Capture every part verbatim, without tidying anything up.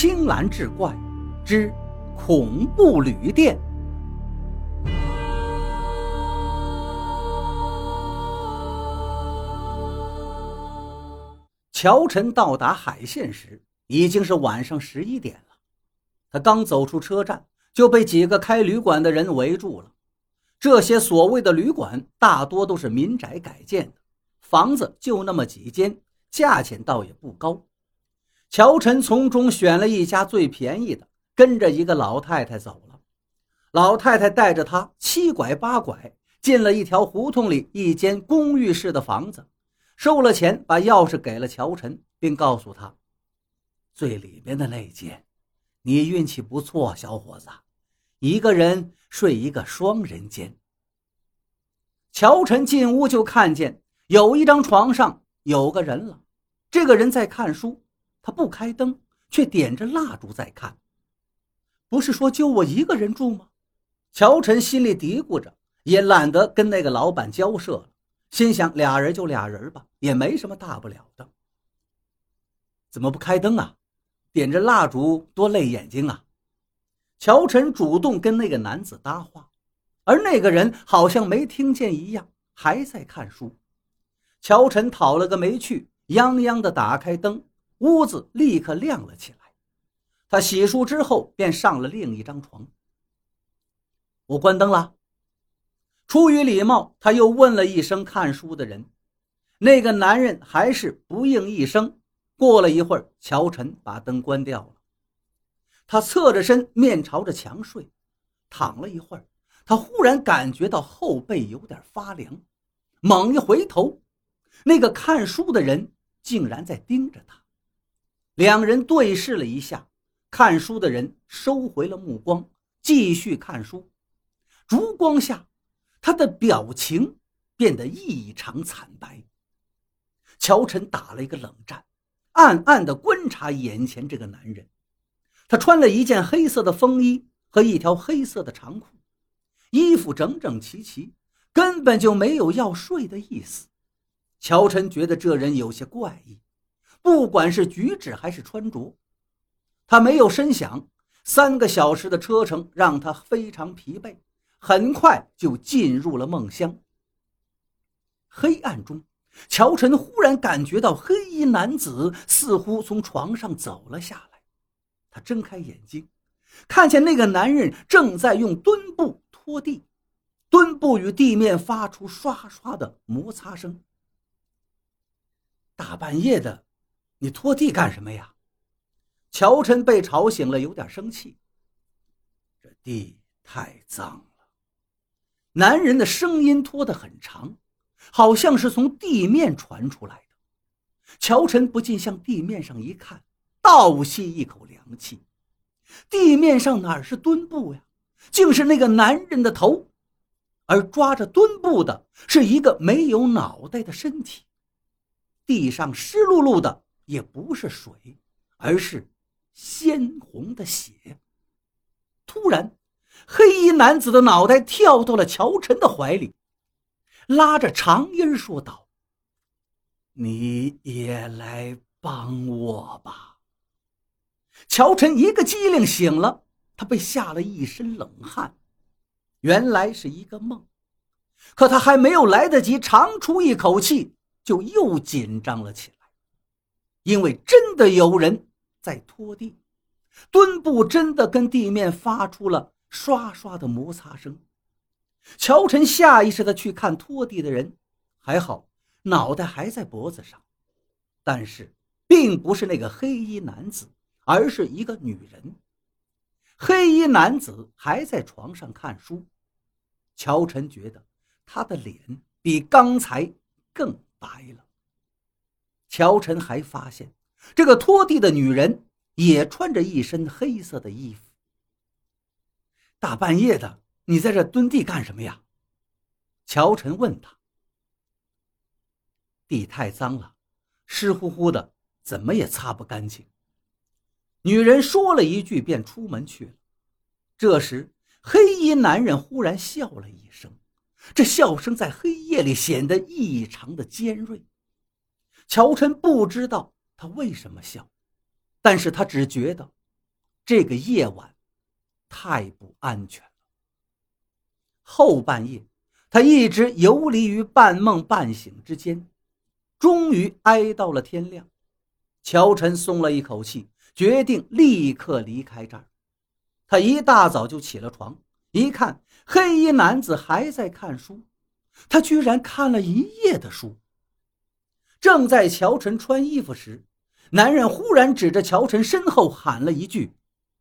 青蓝志怪之恐怖旅店。乔晨到达海县时已经是晚上十一点了，他刚走出车站就被几个开旅馆的人围住了。这些所谓的旅馆大多都是民宅改建的，房子就那么几间，价钱倒也不高。乔晨从中选了一家最便宜的，跟着一个老太太走了。老太太带着他七拐八拐进了一条胡同里一间公寓式的房子，收了钱，把钥匙给了乔晨，并告诉他，最里面的那间你运气不错，小伙子，一个人睡一个双人间。乔晨进屋就看见有一张床上有个人了，这个人在看书，他不开灯，却点着蜡烛在看。不是说就我一个人住吗？乔晨心里嘀咕着，也懒得跟那个老板交涉了，心想俩人就俩人吧，也没什么大不了的。怎么不开灯啊？点着蜡烛多累眼睛啊。乔晨主动跟那个男子搭话，而那个人好像没听见一样，还在看书。乔晨讨了个没趣，泱泱地打开灯，屋子立刻亮了起来。他洗漱之后便上了另一张床。我关灯了。出于礼貌，他又问了一声看书的人。那个男人还是不应一声。过了一会儿，乔晨把灯关掉了。他侧着身，面朝着墙睡，躺了一会儿，他忽然感觉到后背有点发凉，猛一回头，那个看书的人竟然在盯着他。两人对视了一下，看书的人收回了目光，继续看书。烛光下，他的表情变得异常惨白。乔晨打了一个冷战，暗暗地观察眼前这个男人。他穿了一件黑色的风衣和一条黑色的长裤，衣服整整齐齐，根本就没有要睡的意思。乔晨觉得这人有些怪异，不管是举止还是穿着。他没有深想，三个小时的车程让他非常疲惫，很快就进入了梦乡。黑暗中，乔晨忽然感觉到黑衣男子似乎从床上走了下来。他睁开眼睛，看见那个男人正在用墩布拖地，墩布与地面发出刷刷的摩擦声。大半夜的，你拖地干什么呀？乔晨被吵醒了，有点生气。这地太脏了。男人的声音拖得很长，好像是从地面传出来的。乔晨不禁向地面上一看，倒吸一口凉气。地面上哪是墩布呀，竟是那个男人的头，而抓着墩布的是一个没有脑袋的身体。地上湿漉漉的，也不是水，而是鲜红的血。突然，黑衣男子的脑袋跳到了乔晨的怀里，拉着长音说道，你也来帮我吧。乔晨一个机灵醒了，他被吓了一身冷汗，原来是一个梦。可他还没有来得及长出一口气，就又紧张了起来，因为真的有人在拖地，墩布真的跟地面发出了刷刷的摩擦声。乔晨下意识地去看拖地的人，还好脑袋还在脖子上，但是并不是那个黑衣男子，而是一个女人。黑衣男子还在床上看书，乔晨觉得他的脸比刚才更白了。乔晨还发现这个拖地的女人也穿着一身黑色的衣服。大半夜的，你在这蹲地干什么呀？乔晨问他。地太脏了，湿乎乎的，怎么也擦不干净。女人说了一句便出门去了。这时黑衣男人忽然笑了一声，这笑声在黑夜里显得异常的尖锐。乔晨不知道他为什么笑，但是他只觉得这个夜晚太不安全了。后半夜，他一直游离于半梦半醒之间，终于挨到了天亮。乔晨松了一口气，决定立刻离开这儿。他一大早就起了床，一看黑衣男子还在看书，他居然看了一夜的书。正在乔晨穿衣服时，男人忽然指着乔晨身后喊了一句：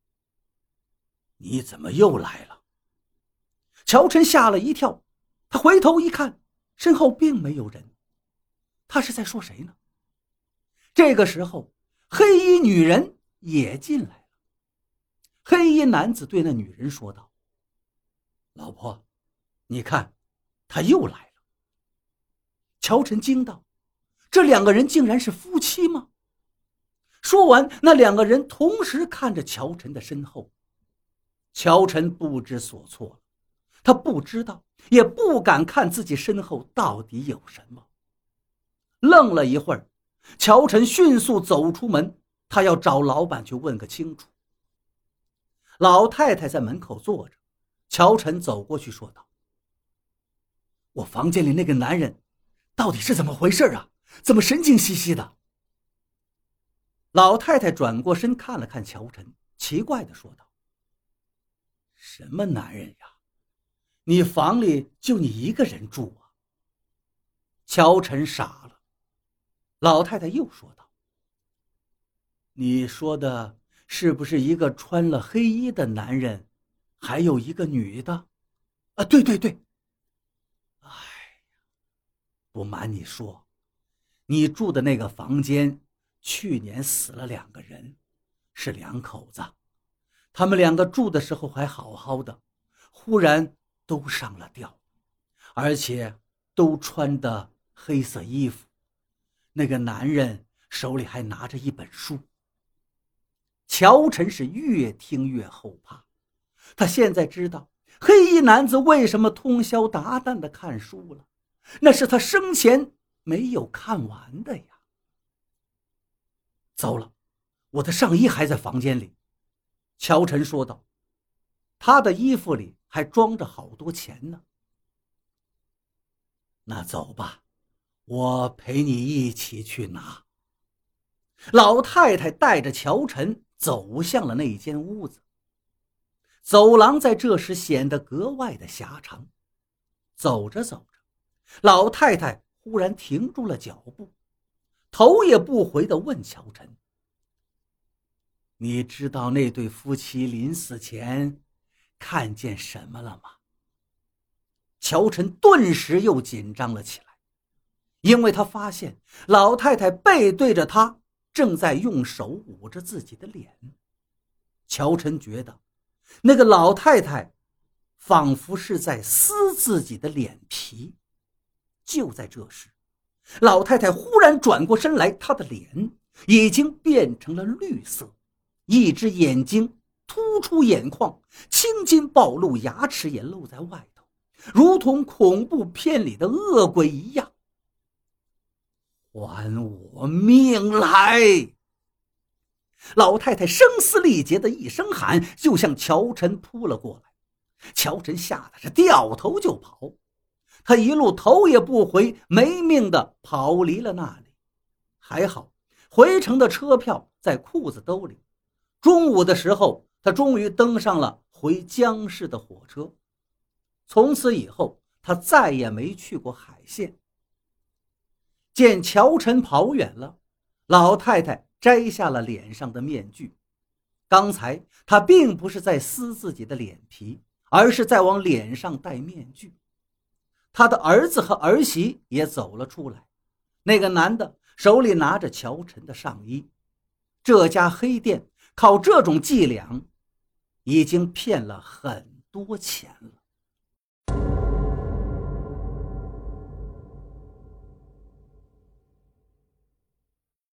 你怎么又来了？乔晨吓了一跳，他回头一看，身后并没有人。他是在说谁呢？这个时候，黑衣女人也进来了。黑衣男子对那女人说道：老婆，你看，他又来了。乔晨惊道：这两个人竟然是夫妻吗？说完，那两个人同时看着乔晨的身后。乔晨不知所措了，他不知道，也不敢看自己身后到底有什么。愣了一会儿，乔晨迅速走出门，他要找老板去问个清楚。老太太在门口坐着，乔晨走过去说道：我房间里那个男人到底是怎么回事啊？怎么神经兮兮的？老太太转过身看了看乔晨，奇怪地说道：什么男人呀？你房里就你一个人住啊？乔晨傻了。老太太又说道：你说的是不是一个穿了黑衣的男人，还有一个女的？啊，对对对。哎呀，不瞒你说，你住的那个房间去年死了两个人，是两口子。他们两个住的时候还好好的，忽然都上了吊，而且都穿的黑色衣服。那个男人手里还拿着一本书。乔晨是越听越后怕，他现在知道黑衣男子为什么通宵达旦地看书了，那是他生前没有看完的呀。糟了，我的上衣还在房间里，乔晨说道，他的衣服里还装着好多钱呢。那走吧，我陪你一起去拿。老太太带着乔晨走向了那间屋子。走廊在这时显得格外的狭长。走着走着，老太太忽然停住了脚步，头也不回地问乔晨：你知道那对夫妻临死前看见什么了吗？乔晨顿时又紧张了起来，因为他发现老太太背对着他，正在用手捂着自己的脸。乔晨觉得那个老太太仿佛是在撕自己的脸皮。就在这时，老太太忽然转过身来，她的脸已经变成了绿色，一只眼睛突出眼眶，青筋暴露，牙齿也露在外头，如同恐怖片里的恶鬼一样。还我命来！老太太声嘶力竭的一声喊，就向乔晨扑了过来。乔晨吓得是掉头就跑，他一路头也不回，没命的跑离了那里。还好回程的车票在裤子兜里，中午的时候他终于登上了回江市的火车。从此以后他再也没去过海县。见乔晨跑远了，老太太摘下了脸上的面具。刚才她并不是在撕自己的脸皮，而是在往脸上戴面具。她的儿子和儿媳也走了出来，那个男的手里拿着乔晨的上衣。这家黑店靠这种伎俩已经骗了很多钱了。